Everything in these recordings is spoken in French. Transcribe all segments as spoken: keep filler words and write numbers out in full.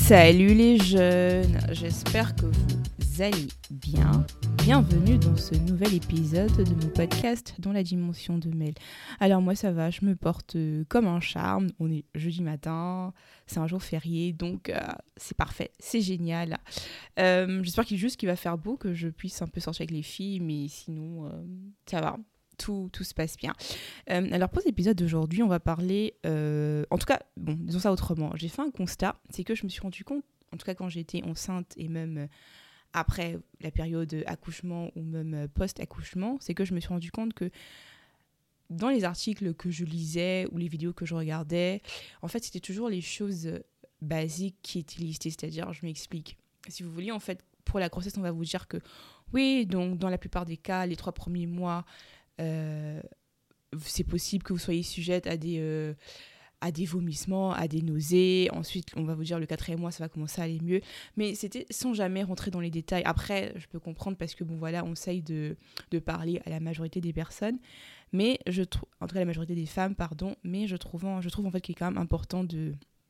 Salut les jeunes, j'espère que vous allez bien. Bienvenue dans ce nouvel épisode de mon podcast dans la dimension de Mel. Alors moi ça va, je me porte comme un charme. On est jeudi matin, c'est un jour férié, donc euh, c'est parfait, c'est génial. Euh, j'espère qu'il juste qu'il va faire beau, que je puisse un peu sortir avec les filles, mais sinon euh, ça va. Tout, tout se passe bien. Euh, alors pour cet épisode d'aujourd'hui, on va parler... Euh, en tout cas, bon, disons ça autrement. J'ai fait un constat, c'est que je me suis rendu compte, en tout cas quand j'étais enceinte et même après la période accouchement ou même post-accouchement, c'est que je me suis rendu compte que dans les articles que je lisais ou les vidéos que je regardais, en fait, c'était toujours les choses basiques qui étaient listées. C'est-à-dire, je m'explique. Si vous voulez, en fait, pour la grossesse, on va vous dire que oui, donc dans la plupart des cas, les trois premiers mois... Euh, c'est possible que vous soyez sujette à des, euh, à des vomissements, à des nausées. Ensuite, on va vous dire le quatrième mois, ça va commencer à aller mieux. Mais c'était sans jamais rentrer dans les détails. Après, je peux comprendre parce que, bon, voilà, on essaye de, de parler à la majorité des personnes. Mais je trouve, en tout cas, la majorité des femmes, pardon. Mais je trouve, je trouve en fait qu'il est quand même important de,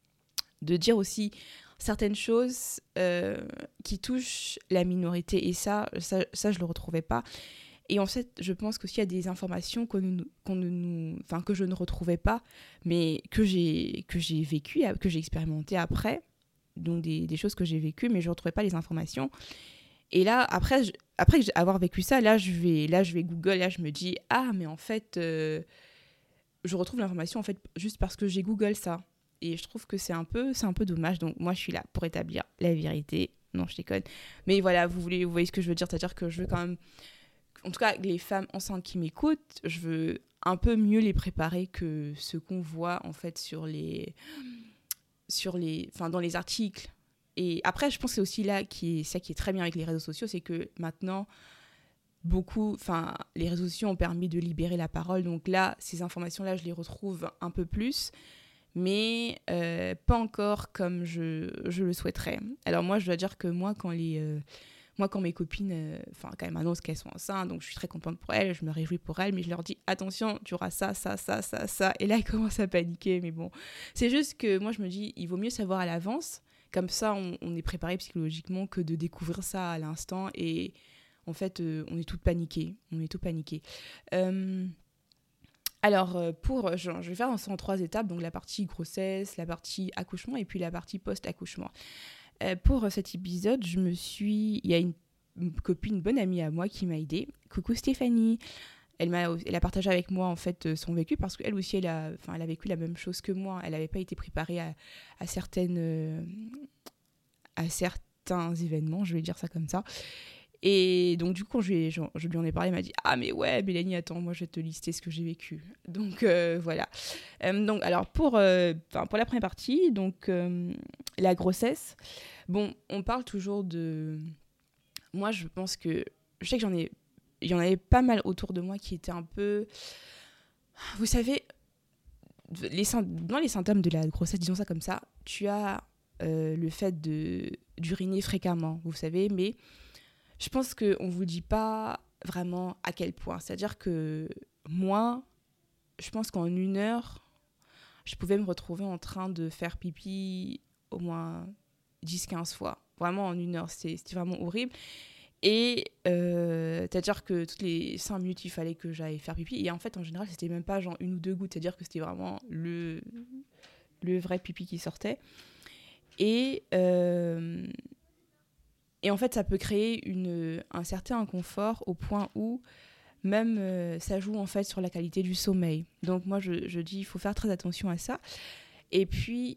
de dire aussi certaines choses euh, qui touchent la minorité. Et ça, ça, ça je ne le retrouvais pas. Et en fait, je pense qu'aussi il y a des informations qu'on ne, qu'on ne nous, enfin, que je ne retrouvais pas, mais que j'ai, que j'ai vécues, que j'ai expérimentées après. Donc des, des choses que j'ai vécues, mais je ne retrouvais pas les informations. Et là, après, je, après avoir vécu ça, là je, vais, là, je vais Google, là, je me dis, ah, mais en fait, euh, je retrouve l'information en fait, juste parce que j'ai Google ça. Et je trouve que c'est un peu, c'est un peu dommage. Donc moi, je suis là pour établir la vérité. Non, je déconne. Mais voilà, vous, voulez, vous voyez ce que je veux dire, c'est-à-dire que je veux quand même... En tout cas, les femmes enceintes qui m'écoutent, je veux un peu mieux les préparer que ce qu'on voit en fait sur les, sur les, enfin dans les articles. Et après, je pense que c'est aussi là qui est ça qui est très bien avec les réseaux sociaux, c'est que maintenant beaucoup, enfin les réseaux sociaux ont permis de libérer la parole. Donc là, ces informations-là, je les retrouve un peu plus, mais euh, pas encore comme je, je le souhaiterais. Alors moi, je dois dire que moi, quand les euh, Moi, quand mes copines, enfin, euh, quand même annoncent qu'elles sont enceintes, donc je suis très contente pour elles, je me réjouis pour elles, mais je leur dis attention, tu auras ça, ça, ça, ça, ça. Et là, elles commencent à paniquer, mais bon. C'est juste que moi, je me dis, il vaut mieux savoir à l'avance, comme ça, on, on est préparé psychologiquement que de découvrir ça à l'instant. Et en fait, euh, on est toutes paniquées. On est toutes paniquées. Euh, alors, pour, je, je vais faire ça en trois étapes, donc la partie grossesse, la partie accouchement et puis la partie post-accouchement. Euh, pour cet épisode, je me suis... Il y a une, une copine, une bonne amie à moi qui m'a aidée. Coucou Stéphanie. Elle, m'a, elle a partagé avec moi en fait son vécu parce qu'elle aussi, elle a, enfin, elle a vécu la même chose que moi. Elle n'avait pas été préparée à, à, certaines, euh, à certains événements, je vais dire ça comme ça. Et donc du coup, quand je, lui ai, je, je lui en ai parlé, elle m'a dit « Ah mais ouais, Mélanie, attends, moi je vais te lister ce que j'ai vécu. » Donc euh, voilà. Euh, donc alors pour, euh, pour la première partie, donc euh, la grossesse, bon, on parle toujours de... Moi, je pense que... Je sais que j'en ai... Il y en avait pas mal autour de moi qui étaient un peu... Vous savez, les, dans les symptômes de la grossesse, disons ça comme ça, tu as euh, le fait de, d'uriner fréquemment, vous savez, mais... Je pense qu'on ne vous dit pas vraiment à quel point. C'est-à-dire que moi, je pense qu'en une heure, je pouvais me retrouver en train de faire pipi au moins dix à quinze fois. Vraiment en une heure, c'était, c'était vraiment horrible. Et euh, c'est-à-dire que toutes les cinq minutes, il fallait que j'aille faire pipi. Et en fait, en général, c'était même pas genre une ou deux gouttes. C'est-à-dire que c'était vraiment le, le vrai pipi qui sortait. Et... Euh, Et en fait, ça peut créer une, un certain inconfort au point où même euh, ça joue en fait sur la qualité du sommeil. Donc moi, je, je dis, il faut faire très attention à ça. Et puis,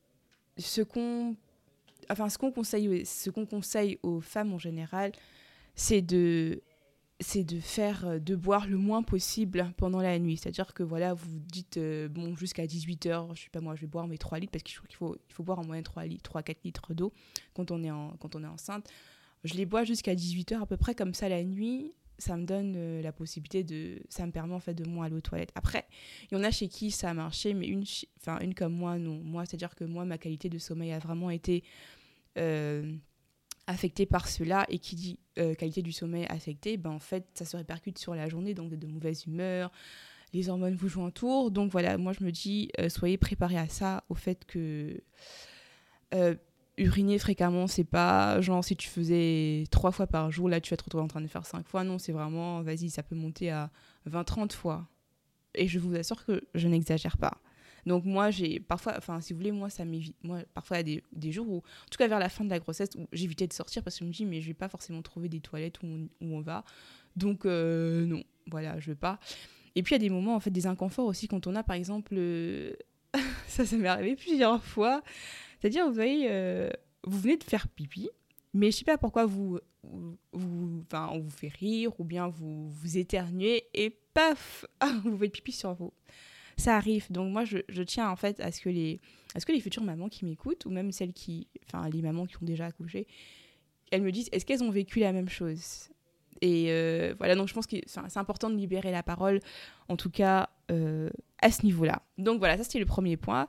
ce qu'on, enfin, ce qu'on conseille, ce qu'on conseille aux femmes en général, c'est de, c'est de faire, de boire le moins possible pendant la nuit. C'est-à-dire que voilà, vous vous dites, euh, bon, jusqu'à dix-huit heures, je sais pas moi, je vais boire mes trois litres, parce que je trouve qu'il faut, il faut boire en moyenne trois à quatre litres d'eau quand on est, en, quand on est enceinte. Je les bois jusqu'à dix-huit heures à peu près, comme ça la nuit, ça me donne euh, la possibilité de... Ça me permet en fait de moins aller aux toilettes. Après, il y en a chez qui ça a marché, mais une, enfin, une comme moi, non. Moi, c'est-à-dire que moi, ma qualité de sommeil a vraiment été... Euh, affecté par cela, et qui dit euh, qualité du sommeil affectée, ben en fait ça se répercute sur la journée, donc de mauvaise humeur, les hormones vous jouent un tour. Donc voilà, moi je me dis euh, soyez préparés à ça, au fait que euh, uriner fréquemment, c'est pas genre si tu faisais trois fois par jour, là tu vas te retrouver en train de faire cinq fois. Non, c'est vraiment, vas-y, ça peut monter à vingt trente fois. Et je vous assure que je n'exagère pas. Donc moi, j'ai parfois, enfin si vous voulez, moi ça m'évite. Moi, parfois il y a des, des jours où, en tout cas vers la fin de la grossesse, où j'évitais de sortir parce que je me dis, mais je vais pas forcément trouver des toilettes où on, où on va. Donc euh, non, voilà, je veux pas. Et puis il y a des moments, en fait, des inconforts aussi quand on a, par exemple, euh... ça, ça m'est arrivé plusieurs fois. C'est-à-dire, vous voyez, euh, vous venez de faire pipi, mais je sais pas pourquoi vous, vous, vous, enfin, on vous fait rire ou bien vous, vous éternuez et paf, vous faites pipi sur vous. Ça arrive. Donc moi, je, je tiens en fait à ce que les, à ce que les futures mamans qui m'écoutent ou même celles qui, enfin, les mamans qui ont déjà accouché, elles me disent, est-ce qu'elles ont vécu la même chose ? Et euh, voilà, donc je pense que c'est important de libérer la parole, en tout cas euh, à ce niveau-là. Donc voilà, ça c'était le premier point.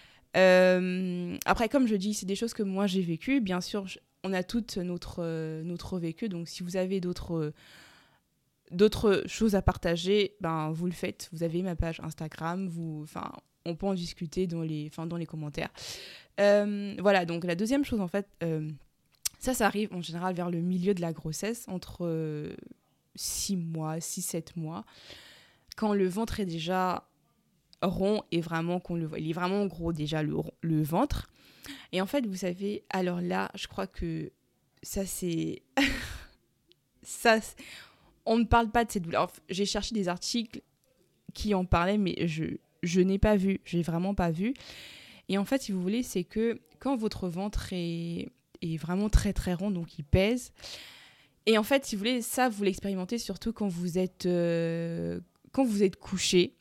Euh, après, comme je dis, c'est des choses que moi j'ai vécues. Bien sûr, je, on a toutes notre, euh, notre vécu. Donc si vous avez d'autres, euh, d'autres choses à partager, ben, vous le faites. Vous avez ma page Instagram. Vous, enfin, on peut en discuter dans les, enfin, dans les commentaires. Euh, voilà, donc la deuxième chose, en fait... Euh, Ça, ça arrive en général vers le milieu de la grossesse, entre euh, six mois, six sept mois, quand le ventre est déjà rond et vraiment qu'on le voit. Il est vraiment gros déjà, le, le ventre. Et en fait, vous savez, alors là, je crois que ça, c'est... ça, c'est... On ne parle pas de cette douleur. Alors, j'ai cherché des articles qui en parlaient, mais je, je n'ai pas vu. Je n'ai vraiment pas vu. Et en fait, si vous voulez, c'est que quand votre ventre est... est vraiment très très rond, donc il pèse. Et en fait, si vous voulez, ça, vous l'expérimentez surtout quand vous êtes, euh, quand vous êtes couché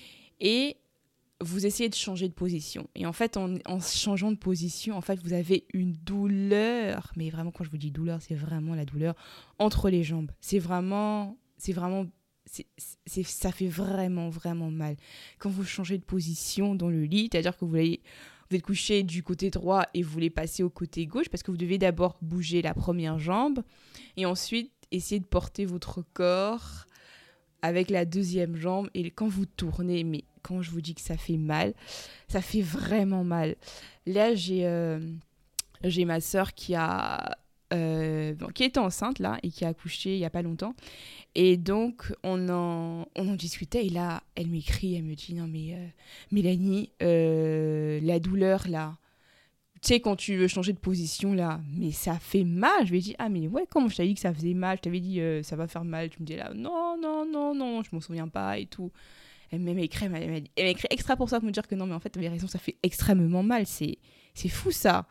et vous essayez de changer de position. Et en fait, en, en changeant de position, en fait, vous avez une douleur. Mais vraiment, quand je vous dis douleur, c'est vraiment la douleur entre les jambes. C'est vraiment... C'est vraiment c'est, c'est, ça fait vraiment, vraiment mal. Quand vous changez de position dans le lit, c'est-à-dire que vous allez... Vous êtes couché du côté droit et vous voulez passer au côté gauche parce que vous devez d'abord bouger la première jambe et ensuite essayer de porter votre corps avec la deuxième jambe. Et quand vous tournez, mais quand je vous dis que ça fait mal, ça fait vraiment mal. Là, j'ai, euh, j'ai ma sœur qui a... Euh, bon, qui était enceinte là et qui a accouché il n'y a pas longtemps. Et donc, on en, on en discutait et là, elle m'écrit, elle me dit « Non mais euh, Mélanie, euh, la douleur là, tu sais quand tu veux changer de position là, mais ça fait mal. » Je lui ai dit « Ah mais ouais, comment je t'avais dit que ça faisait mal? Je t'avais dit euh, ça va faire mal. » Tu me dis là « Non, non, non, non, je m'en souviens pas et tout. » Elle m'a écrit, elle m'a, elle m'a écrit extra pour ça, pour me dire que non mais en fait, t'avais raison, ça fait extrêmement mal. C'est, c'est fou ça.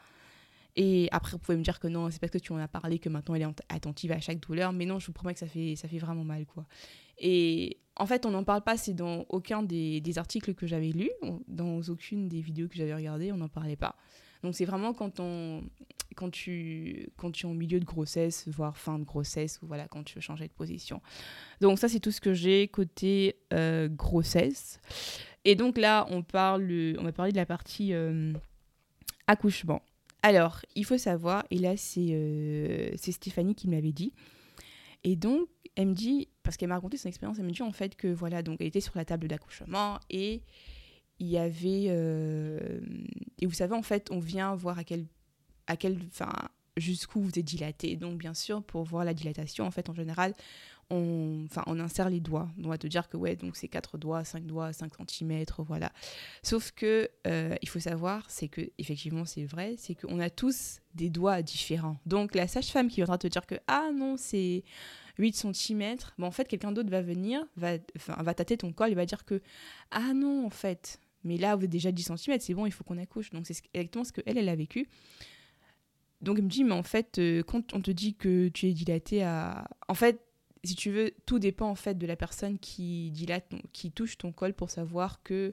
Et après, vous pouvez me dire que non, c'est parce que tu en as parlé que maintenant elle est attentive à chaque douleur. Mais non, je vous promets que ça fait, ça fait vraiment mal, quoi. Et en fait, on n'en parle pas, c'est dans aucun des, des articles que j'avais lus, dans aucune des vidéos que j'avais regardées, on n'en parlait pas. Donc c'est vraiment quand, on, quand, tu, quand tu es en milieu de grossesse, voire fin de grossesse, ou voilà, quand tu veux changer de position. Donc ça, c'est tout ce que j'ai côté euh, grossesse. Et donc là, on, parle, on va parler de la partie euh, accouchement. Alors, il faut savoir, et là, c'est, euh, c'est Stéphanie qui m'avait dit. Et donc, elle me dit, parce qu'elle m'a raconté son expérience, elle me dit en fait que, voilà, donc elle était sur la table d'accouchement et il y avait... Euh, et vous savez, en fait, on vient voir à quel... À quel enfin, jusqu'où vous êtes dilaté. Donc, bien sûr, pour voir la dilatation, en fait, en général, on, enfin, on insère les doigts. On va te dire que, ouais, donc c'est quatre doigts, cinq doigts, cinq centimètres, voilà. Sauf que, euh, il faut savoir, c'est que, effectivement, c'est vrai, c'est qu'on a tous des doigts différents. Donc, la sage-femme qui viendra te dire que, ah non, c'est huit centimètres, bon, en fait, quelqu'un d'autre va venir, va, enfin, va tâter ton col et va dire que, ah non, en fait, mais là, vous êtes déjà dix centimètres, c'est bon, il faut qu'on accouche. Donc, c'est exactement ce qu'elle, elle a vécu. Donc, elle me dit, mais en fait, euh, quand on te dit que tu es dilatée à... En fait, si tu veux, tout dépend en fait de la personne qui dilate, qui touche ton col pour savoir que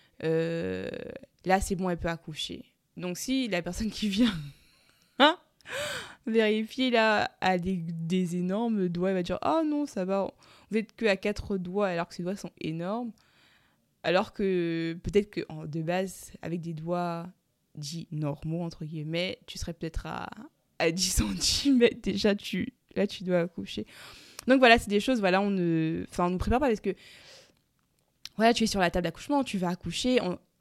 euh, là, c'est bon, elle peut accoucher. Donc, si la personne qui vient hein, vérifier là a des, des énormes doigts, elle va dire « Ah oh, non, ça va, vous êtes que à quatre doigts alors que ces doigts sont énormes. » Alors que peut-être que en, de base, avec des doigts dits normaux, entre guillemets, tu serais peut-être à, à dix centimètres. Déjà, tu, là, tu dois accoucher. Donc voilà, c'est des choses, voilà, on ne, enfin, on nous prépare pas parce que, voilà, tu es sur la table d'accouchement, tu vas accoucher. On,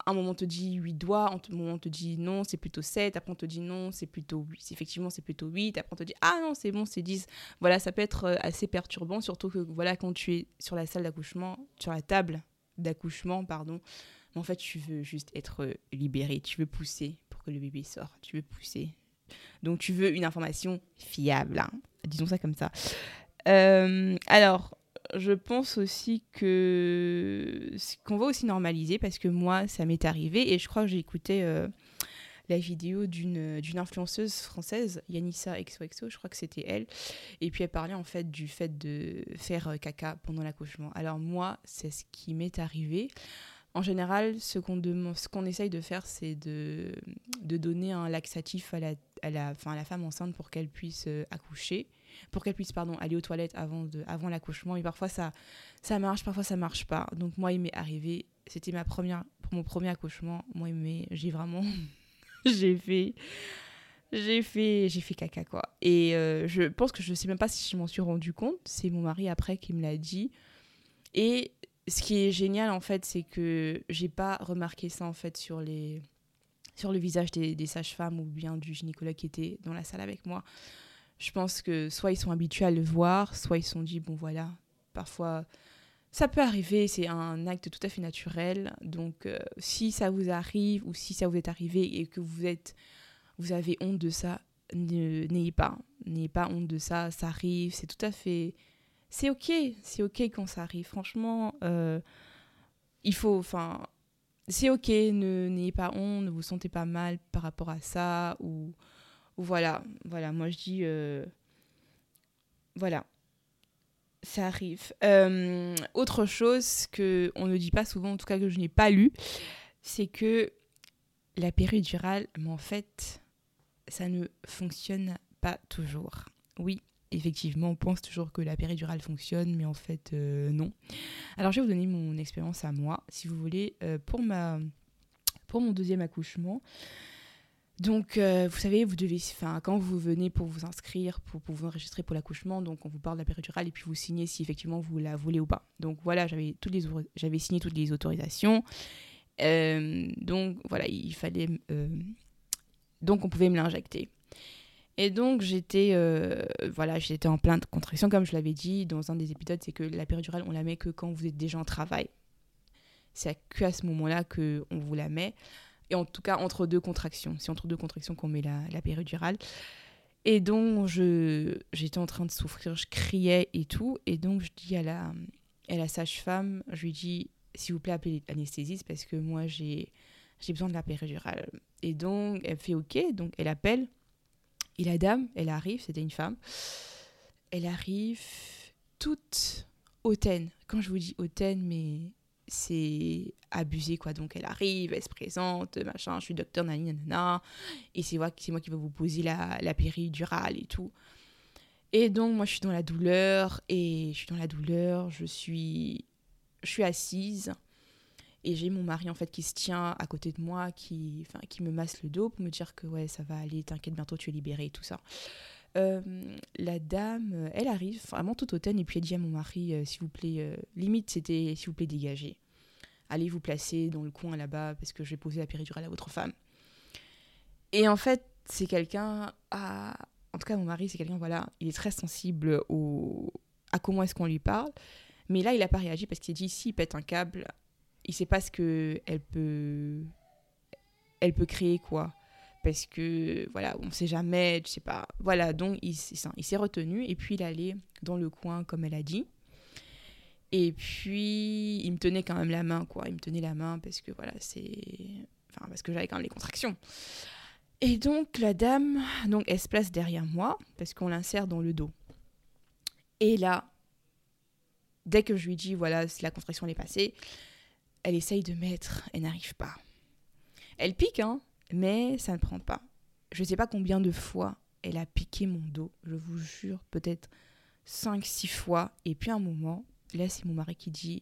un moment on te dit huit doigts, un moment on te dit non, c'est plutôt sept, après on te dit non, c'est plutôt huit, effectivement c'est plutôt huit, après on te dit ah non, c'est bon, c'est dix. Voilà, ça peut être euh, assez perturbant, surtout que voilà, quand tu es sur la salle d'accouchement, sur la table d'accouchement, pardon, en fait, tu veux juste être euh, libéré, tu veux pousser pour que le bébé sorte, tu veux pousser. Donc, tu veux une information fiable, hein. Disons ça comme ça. Euh, alors, je pense aussi que qu'on va aussi normaliser parce que moi, ça m'est arrivé et je crois que j'ai écouté euh, la vidéo d'une, d'une influenceuse française, Yanissa X O X O, je crois que c'était elle. Et puis, elle parlait en fait du fait de faire euh, caca pendant l'accouchement. Alors, moi, c'est ce qui m'est arrivé. En général, ce qu'on, demande, ce qu'on essaye de faire, c'est de, de donner un laxatif à la, à, la, enfin, à la femme enceinte pour qu'elle puisse euh, accoucher, pour qu'elle puisse pardon, aller aux toilettes avant, de, avant l'accouchement. Et parfois, ça, ça marche, parfois, ça ne marche pas. Donc, moi, il m'est arrivé, c'était ma première, pour mon premier accouchement, moi, il m'est, j'ai vraiment, j'ai fait, j'ai fait, j'ai fait caca, quoi. Et euh, je pense que je ne sais même pas si je m'en suis rendu compte. C'est mon mari, après, qui me l'a dit. Et ce qui est génial, en fait, c'est que j'ai pas remarqué ça, en fait, sur, les... sur le visage des, des sages-femmes ou bien du gynécologue qui était dans la salle avec moi. Je pense que soit ils sont habitués à le voir, soit ils se sont dit, bon, voilà, parfois, ça peut arriver, c'est un acte tout à fait naturel. Donc, euh, si ça vous arrive ou si ça vous est arrivé et que vous, êtes, vous avez honte de ça, ne, n'ayez pas. N'ayez pas honte de ça, ça arrive, c'est tout à fait... C'est ok, c'est ok quand ça arrive. Franchement, euh, il faut, enfin, c'est ok, ne, n'ayez pas honte, ne vous sentez pas mal par rapport à ça, ou, ou voilà, voilà, moi je dis, euh, voilà, ça arrive. Euh, autre chose qu'on ne dit pas souvent, en tout cas que je n'ai pas lu, c'est que la péridurale, mais en fait, ça ne fonctionne pas toujours. Oui, effectivement, on pense toujours que la péridurale fonctionne, mais en fait, euh, non. Alors, je vais vous donner mon expérience à moi, si vous voulez, euh, pour, ma, pour mon deuxième accouchement. Donc, euh, vous savez, vous devez, quand vous venez pour vous inscrire, pour, pour vous enregistrer pour l'accouchement, donc on vous parle de la péridurale et puis vous signez si effectivement vous la voulez ou pas. Donc voilà, j'avais, toutes les, j'avais signé toutes les autorisations. Euh, donc voilà, il fallait... Euh, donc on pouvait me l'injecter. Et donc, j'étais, euh, voilà, j'étais en pleine contraction, comme je l'avais dit dans un des épisodes, c'est que la péridurale, on la met que quand vous êtes déjà en travail. C'est qu'à ce moment-là qu'on vous la met. Et en tout cas, entre deux contractions. C'est entre deux contractions qu'on met la, la péridurale. Et donc, je, j'étais en train de souffrir, je criais et tout. Et donc, je dis à la, à la sage-femme, je lui dis, s'il vous plaît, appelez l'anesthésiste parce que moi, j'ai, j'ai besoin de la péridurale. Et donc, elle fait OK, donc elle appelle. Et la dame, elle arrive, c'était une femme, elle arrive toute hautaine. Quand je vous dis hautaine, mais c'est abusé, quoi. Donc elle arrive, elle se présente, machin, je suis docteur, nanani, nanana, et c'est moi, c'est moi qui vais vous poser la, la péridurale et tout. Et donc, moi, je suis dans la douleur, et je suis dans la douleur, je suis, je suis assise, et j'ai mon mari, en fait, qui se tient à côté de moi, qui, enfin, qui me masse le dos pour me dire que, ouais, ça va aller, t'inquiète, bientôt tu es libérée et tout ça. Euh, la dame, elle arrive, vraiment toute hautaine, et puis elle dit à mon mari, euh, s'il vous plaît, euh, limite, c'était, s'il vous plaît, dégagez. Allez vous placer dans le coin là-bas, parce que je vais poser la péridurale à votre femme. Et en fait, c'est quelqu'un, à... en tout cas, mon mari, c'est quelqu'un, voilà, il est très sensible au... à comment est-ce qu'on lui parle, mais là, il n'a pas réagi, parce qu'il dit, s'il pète un câble, il sait pas ce qu'elle peut... elle peut créer, quoi. Parce que, voilà, on sait jamais, je sais pas. Voilà, donc il, il s'est retenu et puis il allait dans le coin, comme elle a dit. Et puis, il me tenait quand même la main, quoi. Il me tenait la main parce que, voilà, c'est... Enfin, parce que j'avais quand même les contractions. Et donc, la dame, donc, elle se place derrière moi parce qu'on l'insère dans le dos. Et là, dès que je lui dis, voilà, la contraction elle est passée, elle essaye de mettre, elle n'arrive pas. Elle pique, hein, mais ça ne prend pas. Je ne sais pas combien de fois elle a piqué mon dos. Je vous jure, peut-être cinq six fois. Et puis à un moment, là, c'est mon mari qui dit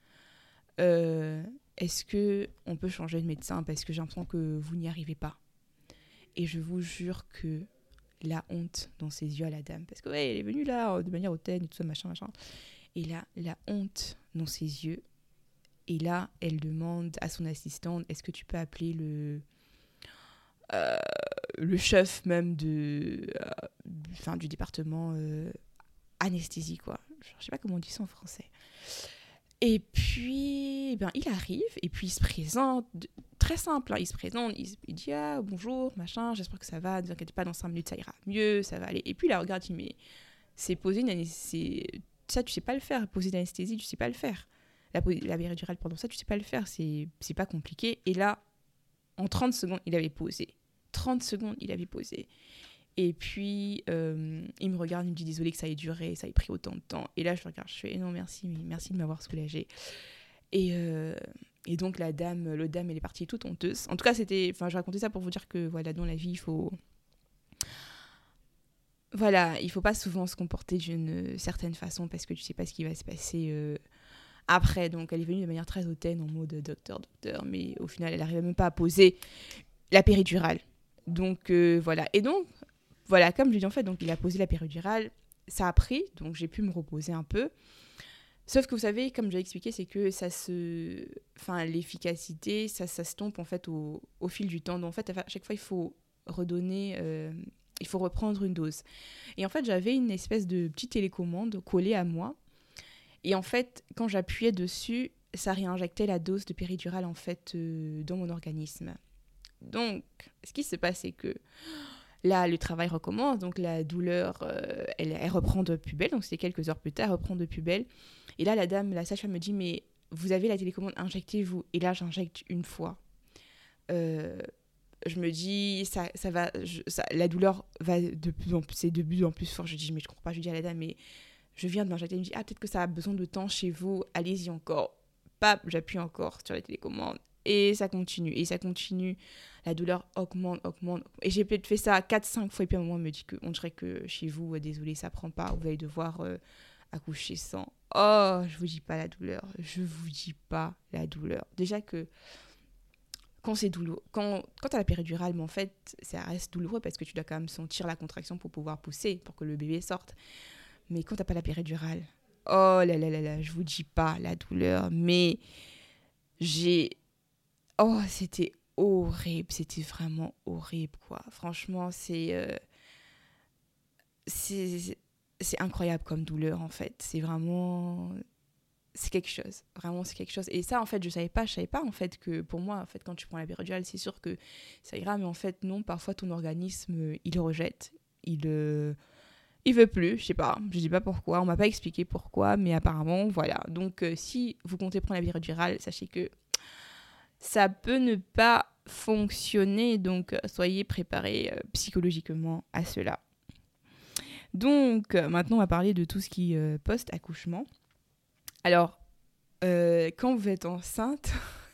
euh, est-ce qu'on peut changer de médecin parce que j'ai l'impression que vous n'y arrivez pas. Et je vous jure que la honte dans ses yeux à la dame, parce que ouais, elle est venue là de manière hautaine et tout ça, machin, machin. Et là, la honte dans ses yeux, Et là, elle demande à son assistante, est-ce que tu peux appeler le, euh, le chef même de, euh, enfin, du département euh, anesthésie, quoi. Je sais pas comment on dit ça en français. Et puis, ben, il arrive, et puis il se présente, très simple, hein, il se présente, il, il dit « Ah, bonjour, machin, j'espère que ça va, ne vous inquiétez pas, dans cinq minutes ça ira mieux, ça va aller. » Et puis là, regarde, il dit « Mais c'est poser une anesthésie, ça tu sais pas le faire, poser l'anesthésie, tu sais pas le faire. La, la péridurale pendant ça, tu sais pas le faire, c'est, c'est pas compliqué. » Et là, en trente secondes, il avait posé. trente secondes, il avait posé. Et puis, euh, il me regarde, il me dit désolé que ça ait duré, ça ait pris autant de temps. Et là, je le regarde, je fais non, merci, mais merci de m'avoir soulagée. Et, euh, et donc, la dame, le dame, elle est partie toute honteuse. En tout cas, c'était, enfin, je racontais ça pour vous dire que, voilà, dans la vie, il faut. Voilà, il faut pas souvent se comporter d'une certaine façon parce que tu sais pas ce qui va se passer euh, après. Donc, elle est venue de manière très hautaine, en mode docteur, docteur, mais au final, elle n'arrivait même pas à poser la péridurale. Donc, euh, voilà. Et donc, voilà, comme je l'ai dit en fait, donc il a posé la péridurale, ça a pris, donc j'ai pu me reposer un peu. Sauf que vous savez, comme j'ai expliqué, c'est que ça se, enfin l'efficacité, ça, ça se tombe en fait au, au fil du temps. Donc en fait, à chaque fois, il faut redonner, euh, il faut reprendre une dose. Et en fait, j'avais une espèce de petite télécommande collée à moi. Et en fait, quand j'appuyais dessus, ça réinjectait la dose de péridurale en fait euh, dans mon organisme. Donc, ce qui se passe, c'est que là, le travail recommence, donc la douleur, euh, elle, elle reprend de plus belle, donc c'est quelques heures plus tard, elle reprend de plus belle. Et là, la dame, la sage-femme me dit, mais vous avez la télécommande, injectez-vous. Et là, j'injecte une fois. Euh, je me dis, ça, ça va, je, ça, la douleur va de plus en plus, c'est de plus en plus fort. Je dis, mais je comprends pas, je dis à la dame, mais je viens de m'injecter. Elle me dit, ah, peut-être que ça a besoin de temps chez vous, allez-y encore. Pap, j'appuie encore sur la télécommande. Et ça continue, et ça continue. La douleur augmente, augmente. Et j'ai peut-être fait ça quatre cinq fois. Et puis à un moment, on me dit qu'on dirait que chez vous, euh, désolé, ça prend pas. Vous allez devoir euh, accoucher sans. Oh, je vous dis pas la douleur. Je vous dis pas la douleur. Déjà que quand c'est douloureux, quand, quand tu as la péridurale, mais en fait, ça reste douloureux parce que tu dois quand même sentir la contraction pour pouvoir pousser, pour que le bébé sorte. Mais quand tu n'as pas la péridurale, oh là là là là, je vous dis pas la douleur. Mais j'ai. Oh, c'était horrible, c'était vraiment horrible, quoi. Franchement, c'est, euh, c'est, c'est incroyable comme douleur, en fait. C'est vraiment, c'est quelque chose. Vraiment, c'est quelque chose. Et ça, en fait, je savais pas, je savais pas, en fait, que pour moi, en fait, quand tu prends la péridurale, c'est sûr que ça ira, mais en fait, non, parfois, ton organisme, il le rejette. Il, euh, il veut plus, je sais pas, je dis pas pourquoi, on m'a pas expliqué pourquoi, mais apparemment, voilà. Donc, euh, si vous comptez prendre la péridurale, sachez que ça peut ne pas fonctionner, donc soyez préparés euh, psychologiquement à cela. Donc, euh, maintenant, on va parler de tout ce qui est euh, post-accouchement. Alors, euh, quand vous êtes enceinte,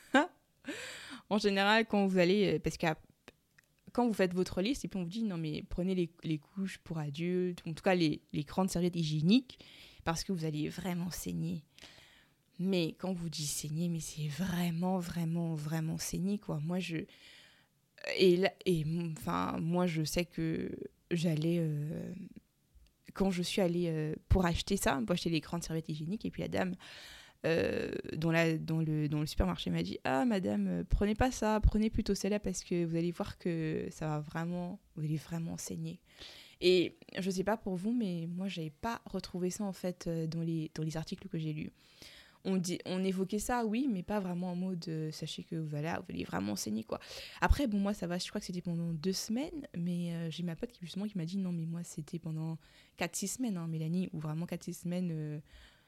en général, quand vous allez, parce que quand vous faites votre liste, et puis on vous dit, non mais prenez les, les couches pour adultes, en tout cas les, les grandes serviettes hygiéniques, parce que vous allez vraiment saigner. Mais quand vous dites saigner, mais c'est vraiment, vraiment, vraiment saigner, quoi. Moi, je... Et, là, et enfin, moi, je sais que j'allais... Euh... Quand je suis allée euh, pour acheter ça, pour acheter les grandes serviettes hygiéniques, et puis la dame euh, dans, la, dans, le, dans le supermarché m'a dit « Ah, madame, euh, prenez pas ça, prenez plutôt celle-là, parce que vous allez voir que ça va vraiment... Vous allez vraiment saigner. » Et je sais pas pour vous, mais moi, j'avais pas retrouvé ça, en fait, dans les, dans les articles que j'ai lus. On, dit, on évoquait ça, oui, mais pas vraiment en mode euh, sachez que voilà, vous allez vraiment saigner, quoi. Après, bon, moi, ça va, je crois que c'était pendant deux semaines, mais euh, j'ai ma pote qui, justement, qui m'a dit non, mais moi, c'était pendant quatre six semaines, hein, Mélanie, ou vraiment quatre six semaines, euh,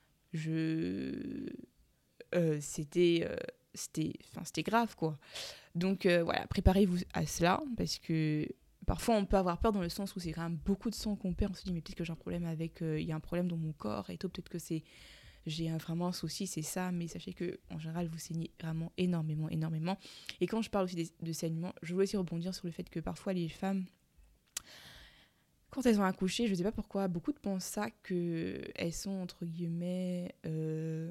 je. Euh, c'était, euh, c'était, c'était grave, quoi. Donc, euh, voilà, préparez-vous à cela, parce que parfois, on peut avoir peur dans le sens où c'est quand même beaucoup de sang qu'on perd. On se dit, mais peut-être que j'ai un problème avec. Il euh, y a un problème dans mon corps et tout, peut-être que c'est. J'ai un, vraiment un souci, c'est ça, mais sachez qu'en général, vous saignez vraiment énormément, énormément. Et quand je parle aussi de, de saignement, je voulais aussi rebondir sur le fait que parfois les femmes, quand elles ont accouché, je ne sais pas pourquoi, beaucoup de pensent ça, qu'elles sont, entre guillemets, euh,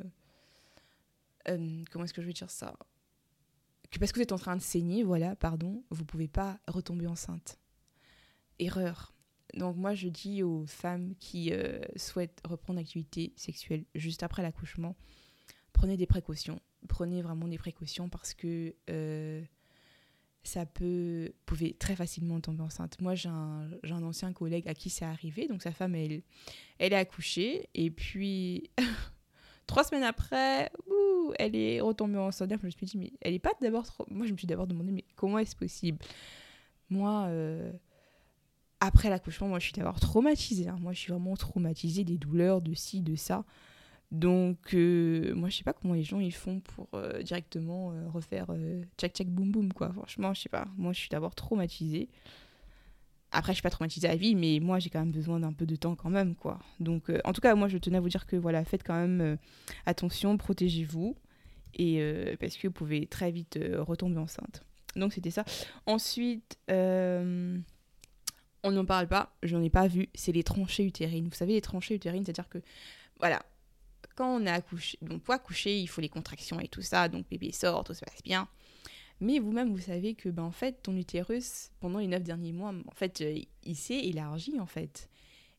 euh, comment est-ce que je vais dire ça, que parce que vous êtes en train de saigner, voilà, pardon, vous ne pouvez pas retomber enceinte. Erreur. Donc moi, je dis aux femmes qui euh, souhaitent reprendre l'activité sexuelle juste après l'accouchement, prenez des précautions. prenez vraiment des précautions parce que euh, ça peut, vous pouvez très facilement tomber enceinte. Moi, j'ai un, j'ai un ancien collègue à qui c'est arrivé. Donc, sa femme, elle, elle est accouchée. Et puis, trois semaines après, ouh, elle est retombée enceinte. Je me suis dit, mais elle est pas d'abord trop... Moi, je me suis d'abord demandé, mais comment est-ce possible ? Moi, euh, après l'accouchement, moi, je suis d'abord traumatisée. Hein. Moi, je suis vraiment traumatisée des douleurs, de ci, de ça. Donc, euh, moi, je sais pas comment les gens ils font pour euh, directement euh, refaire euh, tchac tchac boum boum, quoi. Franchement, je sais pas. Moi, je suis d'abord traumatisée. Après, je suis pas traumatisée à vie, mais moi, j'ai quand même besoin d'un peu de temps quand même, quoi. Donc, euh, en tout cas, moi, je tenais à vous dire que, voilà, faites quand même euh, attention, protégez-vous. Et euh, parce que vous pouvez très vite euh, retomber enceinte. Donc, c'était ça. Ensuite, euh, on n'en parle pas, j'en ai pas vu, c'est les tranchées utérines. Vous savez, les tranchées utérines, c'est-à-dire que, voilà, quand on a accouché, donc pour accoucher, il faut les contractions et tout ça, donc bébé sort, tout se passe bien. Mais vous-même, vous savez que, ben, en fait, ton utérus, pendant les neuf derniers mois, en fait, euh, il s'est élargi, en fait.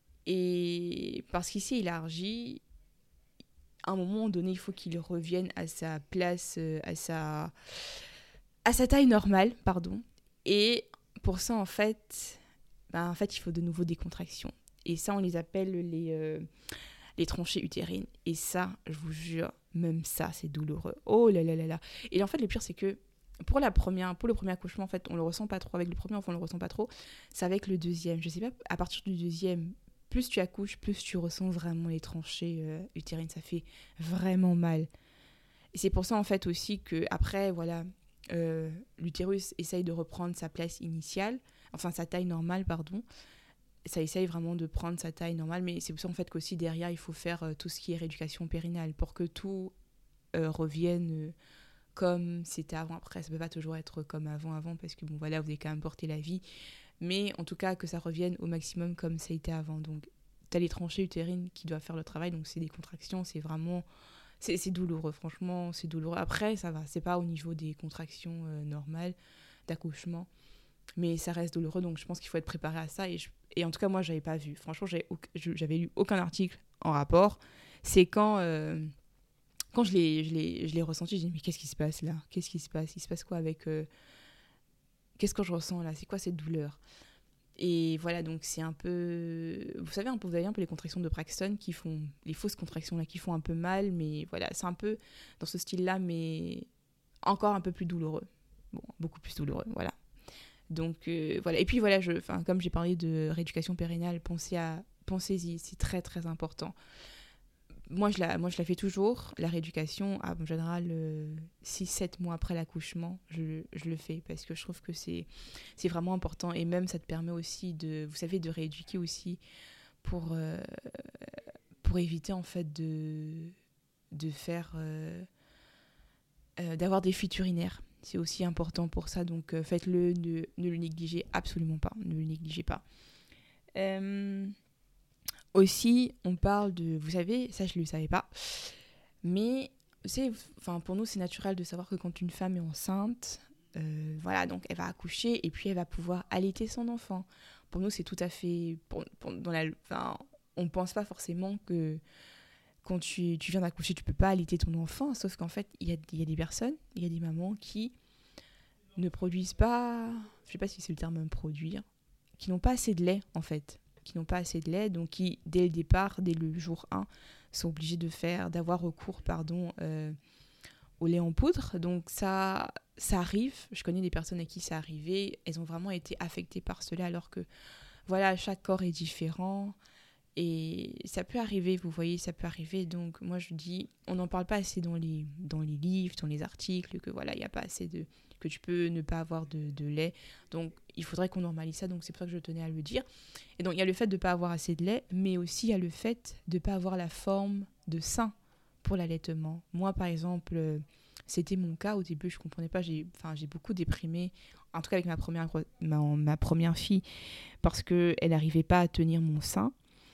Et parce qu'il s'est élargi, à un moment donné, il faut qu'il revienne à sa place, euh, à sa, à sa taille normale, pardon. Et pour ça, en fait, ben, en fait, il faut de nouveau des contractions. Et ça, on les appelle les... Euh, les tranchées utérines. Et ça, je vous jure, même ça, c'est douloureux. Oh là là là là. Et en fait, le pire, c'est que pour, la première, pour le premier accouchement, en fait, on le ressent pas trop. Avec le premier enfant, on le ressent pas trop. C'est avec le deuxième. Je sais pas, à partir du deuxième, plus tu accouches, plus tu ressens vraiment les tranchées euh, utérines. Ça fait vraiment mal. Et c'est pour ça, en fait, aussi que après, voilà, euh, l'utérus essaye de reprendre sa place initiale, enfin, sa taille normale, pardon. Ça essaye vraiment de prendre sa taille normale, mais c'est pour ça en fait qu'aussi derrière il faut faire euh, tout ce qui est rééducation périnale pour que tout euh, revienne euh, comme c'était avant. Après, ça peut pas toujours être comme avant avant parce que bon voilà, vous avez quand même porté la vie, mais en tout cas que ça revienne au maximum comme ça a été avant. Donc t'as les tranchées utérines qui doivent faire le travail, donc c'est des contractions, c'est vraiment c'est, c'est douloureux, franchement c'est douloureux. Après ça va, c'est pas au niveau des contractions euh, normales d'accouchement, mais ça reste douloureux, donc je pense qu'il faut être préparé à ça. Et, je, et en tout cas, moi, j'avais pas vu. Franchement, j'avais, j'avais lu aucun article en rapport. C'est quand, euh, quand je, l'ai, je, l'ai, je l'ai ressenti, j'ai dit, mais qu'est-ce qui se passe là ? Qu'est-ce qui se passe ? Il se passe quoi avec... Euh, qu'est-ce que je ressens là ? C'est quoi cette douleur ? Et voilà, donc c'est un peu... Vous savez, un peu, vous avez un peu les contractions de Braxton qui font... Les fausses contractions là qui font un peu mal, mais voilà, c'est un peu dans ce style-là, mais encore un peu plus douloureux. Bon, beaucoup plus douloureux, voilà. Donc euh, voilà, et puis voilà, je, comme j'ai parlé de rééducation périnale, pensez à, pensez-y, c'est très très important. Moi je, la, moi, je la fais toujours, la rééducation, en général, euh, six sept mois après l'accouchement, je, je le fais parce que je trouve que c'est, c'est vraiment important. Et même, ça te permet aussi de, vous savez, de rééduquer aussi pour, euh, pour éviter en fait de, de faire, euh, euh, d'avoir des fuites urinaires. C'est aussi important pour ça, donc euh, faites-le, ne, ne le négligez absolument pas, ne le négligez pas. Euh, aussi, on parle de, vous savez, ça je ne le savais pas, mais c'est, enfin, pour nous c'est naturel de savoir que quand une femme est enceinte, euh, voilà, donc elle va accoucher et puis elle va pouvoir allaiter son enfant. Pour nous c'est tout à fait, pour, pour, dans la, enfin, on ne pense pas forcément que quand tu, tu viens d'accoucher, tu peux pas allaiter ton enfant, sauf qu'en fait, il y a, y a des personnes, il y a des mamans qui ne produisent pas, je sais pas si c'est le terme produire, qui n'ont pas assez de lait, en fait, qui n'ont pas assez de lait, donc qui, dès le départ, dès le jour un, sont obligés de faire, d'avoir recours, pardon, euh, au lait en poudre. Donc ça, ça arrive, je connais des personnes à qui ça arrivé, elles ont vraiment été affectées par cela, alors que, voilà, chaque corps est différent. Et ça peut arriver, vous voyez, ça peut arriver. Donc moi je dis, on n'en parle pas assez dans les, dans les livres, dans les articles, que voilà, il n'y a pas assez de... que tu peux ne pas avoir de, de lait. Donc il faudrait qu'on normalise ça, donc c'est pour ça que je tenais à le dire. Et donc il y a le fait de ne pas avoir assez de lait, mais aussi il y a le fait de ne pas avoir la forme de sein pour l'allaitement. Moi par exemple, c'était mon cas au début, je ne comprenais pas, j'ai, enfin, j'ai beaucoup déprimé, en tout cas avec ma première, ma, ma première fille, parce qu'elle n'arrivait pas à tenir mon sein.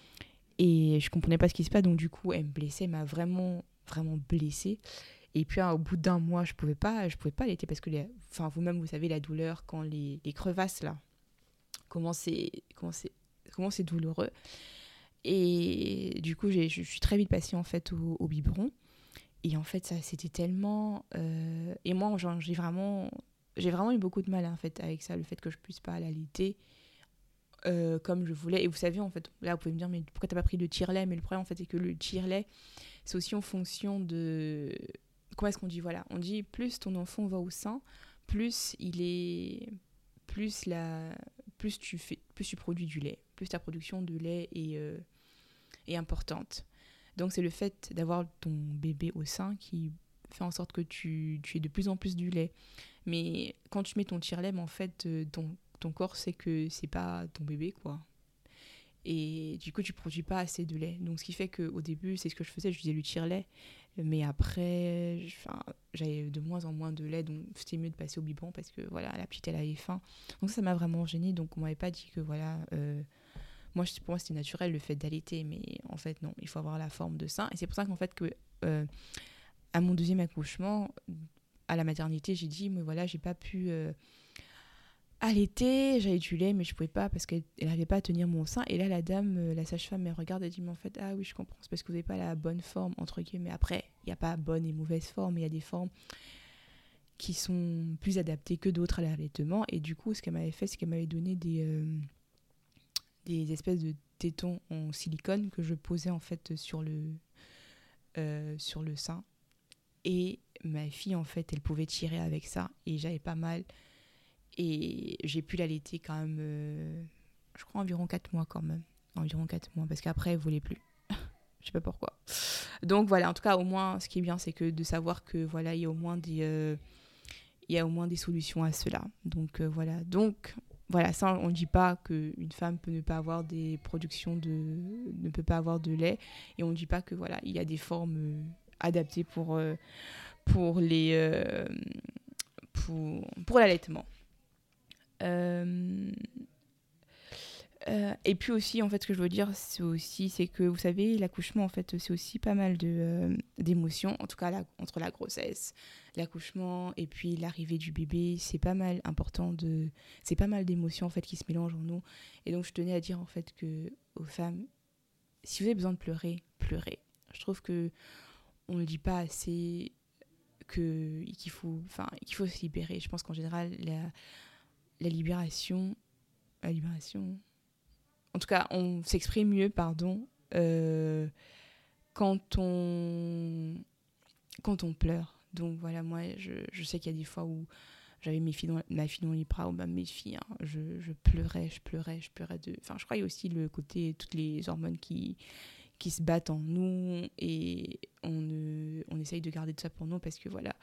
Et je comprenais pas ce qui se passe, donc du coup, elle me blessait, elle m'a vraiment, vraiment blessée. Et puis, hein, au bout d'un mois, je pouvais pas, je pouvais pas allaiter parce que, les, enfin, vous-même, vous savez la douleur quand les, les crevasses, là, comment c'est, comment c'est, comment c'est douloureux. Et du coup, j'ai, je suis très vite passée, en fait, au, au biberon. et en fait, ça, c'était tellement... euh, Et moi, genre, j'ai vraiment... J'ai vraiment eu beaucoup de mal, en fait, avec ça, le fait que je puisse pas l'allaiter euh, comme je voulais. Et vous savez, en fait, là, vous pouvez me dire, mais pourquoi t'as pas pris de tire-lait? Mais le problème, en fait, c'est que le tire-lait, c'est aussi en fonction de... Comment est-ce qu'on dit? Voilà, on dit plus ton enfant va au sein, plus il est... Plus, la... plus, tu, fais... plus tu produis du lait, plus ta production de lait est, euh, est importante. Donc, c'est le fait d'avoir ton bébé au sein qui fait en sorte que tu, tu aies de plus en plus du lait. Mais quand tu mets ton tire-lait, en fait, euh, ton, ton corps sait que c'est pas ton bébé, quoi. Et du coup, tu produis pas assez de lait. Donc, ce qui fait qu'au début, c'est ce que je faisais, je faisais le tire-lait. Mais après, enfin, j'avais de moins en moins de lait, donc c'était mieux de passer au biberon parce que voilà, la petite, elle avait faim. Donc, ça, ça m'a vraiment gênée. Donc, on m'avait pas dit que voilà. Euh, moi, pour moi, c'était naturel le fait d'allaiter, mais en fait, non, il faut avoir la forme de sein. Et c'est pour ça qu'en fait, que, euh, à mon deuxième accouchement, à la maternité, j'ai dit, mais voilà, j'ai pas pu. Euh, allaiter, j'avais du lait, mais je pouvais pas parce qu'elle n'arrivait pas à tenir mon sein. Et là, la dame, euh, la sage-femme, elle regarde et dit, mais en fait, ah oui, je comprends, c'est parce que vous n'avez pas la bonne forme, entre guillemets. Après, il n'y a pas bonne et mauvaise forme, il y a des formes qui sont plus adaptées que d'autres à l'allaitement. Et du coup, ce qu'elle m'avait fait, c'est qu'elle m'avait donné des, euh, des espèces de tétons en silicone que je posais en fait sur le, euh, sur le sein. Et ma fille, en fait, elle pouvait tirer avec ça. Et j'avais pas mal. Et j'ai pu l'allaiter quand même, euh, je crois, environ quatre mois quand même. Environ quatre mois, parce qu'après, elle ne voulait plus. Je sais pas pourquoi. Donc voilà, en tout cas, au moins, ce qui est bien, c'est que de savoir que voilà, il y a au moins des, euh, il y a au moins des solutions à cela. Donc euh, voilà. Donc voilà, ça, on ne dit pas qu'une femme peut ne pas avoir des productions de, ne peut pas avoir de lait, et on ne dit pas que voilà, il y a des formes euh, adaptées pour euh, pour les euh, pour pour l'allaitement. Euh, euh, et puis aussi, en fait, ce que je veux dire, c'est aussi, c'est que vous savez, l'accouchement, en fait, c'est aussi pas mal de, euh, d'émotions. En tout cas, la, entre la grossesse, l'accouchement et puis l'arrivée du bébé, c'est pas mal important de, c'est pas mal d'émotions en fait qui se mélangent en nous. Et donc, je tenais à dire en fait que aux femmes, si vous avez besoin de pleurer, pleurez. Je trouve que on ne dit pas assez que qu'il faut, enfin, qu'il faut se libérer. Je pense qu'en général, la la libération, la libération. En tout cas, on s'exprime mieux, pardon, euh, quand on quand on pleure. Donc voilà, moi, je, je sais qu'il y a des fois où j'avais mes filles dans, ma fille dans les bras, ou même mes filles, hein, je, je pleurais, je pleurais, je pleurais de. Enfin, je crois qu'il y a aussi le côté toutes les hormones qui qui se battent en nous et on ne, on essaye de garder tout ça pour nous parce que voilà.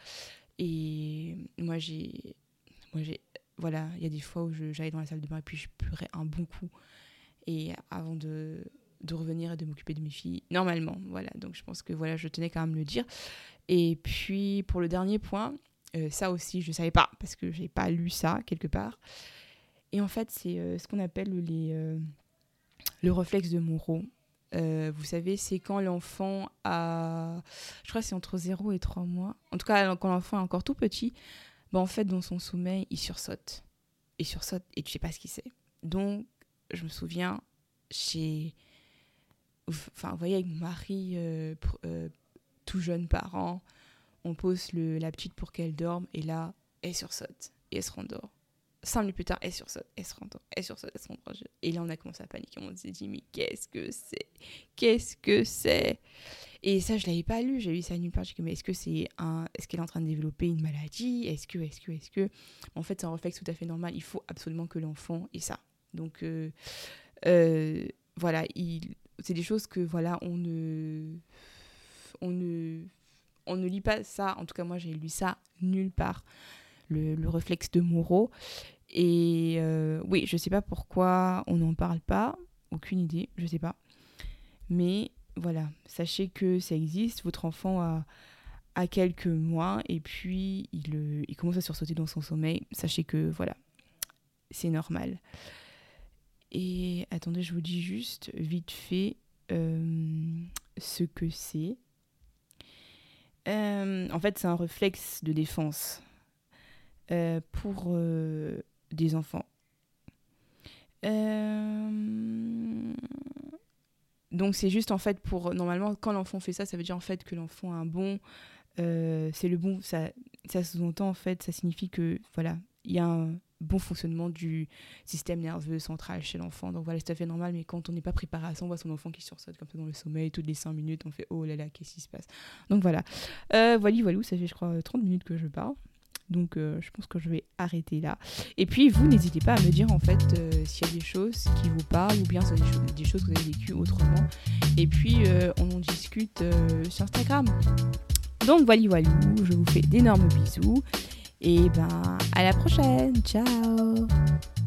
Et moi, j'ai, moi j'ai, voilà, il y a des fois où je, j'allais dans la salle de bain et puis je pleurais un bon coup. Et avant de, de revenir et de m'occuper de mes filles, normalement, voilà. Donc je pense que voilà, je tenais quand même à le dire. Et puis pour le dernier point, euh, ça aussi, je ne savais pas parce que j'ai pas lu ça quelque part. Et en fait, c'est euh, ce qu'on appelle les, euh, le réflexe de Monroe. Euh, vous savez, c'est quand l'enfant a... Je crois que c'est entre zéro et trois mois. En tout cas, quand l'enfant est encore tout petit, ben en fait, dans son sommeil, il sursaute. Il sursaute et tu ne sais pas ce qu'il sait. Donc, je me souviens, j'ai... Enfin, vous voyez, avec mon mari, euh, euh, tout jeune parent, on pose le, la petite pour qu'elle dorme et là, elle sursaute et elle se rendort. Cinq minutes plus tard, elle sursaute, elle se rendort, elle sursaute, elle se rendort. Et là, on a commencé à paniquer. On s'est dit, mais qu'est-ce que c'est? Qu'est-ce que c'est? Et ça, je ne l'avais pas lu. J'ai lu ça nulle part. J'ai dit, mais est-ce que c'est un... Est-ce qu'elle est en train de développer une maladie? Est-ce que, est-ce que, est-ce que... En fait, c'est un réflexe tout à fait normal. Il faut absolument que l'enfant ait ça. Donc, euh, euh, voilà. Il... C'est des choses que, voilà, on ne... On ne... On ne lit pas ça. En tout cas, moi, j'ai lu ça nulle part. Le, le réflexe de Monroe. Et euh, oui, je sais pas pourquoi on n'en parle pas, aucune idée, je sais pas. Mais voilà, sachez que ça existe, votre enfant a, a quelques mois et puis il, euh, il commence à sursauter dans son sommeil. Sachez que voilà, c'est normal. Et attendez, je vous dis juste vite fait euh, ce que c'est. Euh, en fait, c'est un réflexe de défense euh, pour euh, des enfants. Euh, donc c'est juste en fait pour, normalement quand l'enfant fait ça, ça veut dire en fait que l'enfant a un bon, euh, c'est le bon, ça, ça sous-entend en fait, ça signifie que voilà, il y a un bon fonctionnement du système nerveux central chez l'enfant. Donc voilà, c'est tout à fait normal, mais quand on n'est pas préparé à ça, on voit son enfant qui sursaute comme ça dans le sommeil, toutes les cinq minutes, on fait oh là là, qu'est-ce qui se passe. Donc voilà, euh, voilà, voilà, ça fait je crois trente minutes que je parle. Donc euh, je pense que je vais arrêter là. Et puis vous, n'hésitez pas à me dire en fait euh, s'il y a des choses qui vous parlent ou bien s'il y a des choses, des choses que vous avez vécues autrement. Et puis euh, on en discute euh, sur Instagram. Donc voilà, voilà, je vous fais d'énormes bisous. Et ben à la prochaine. Ciao.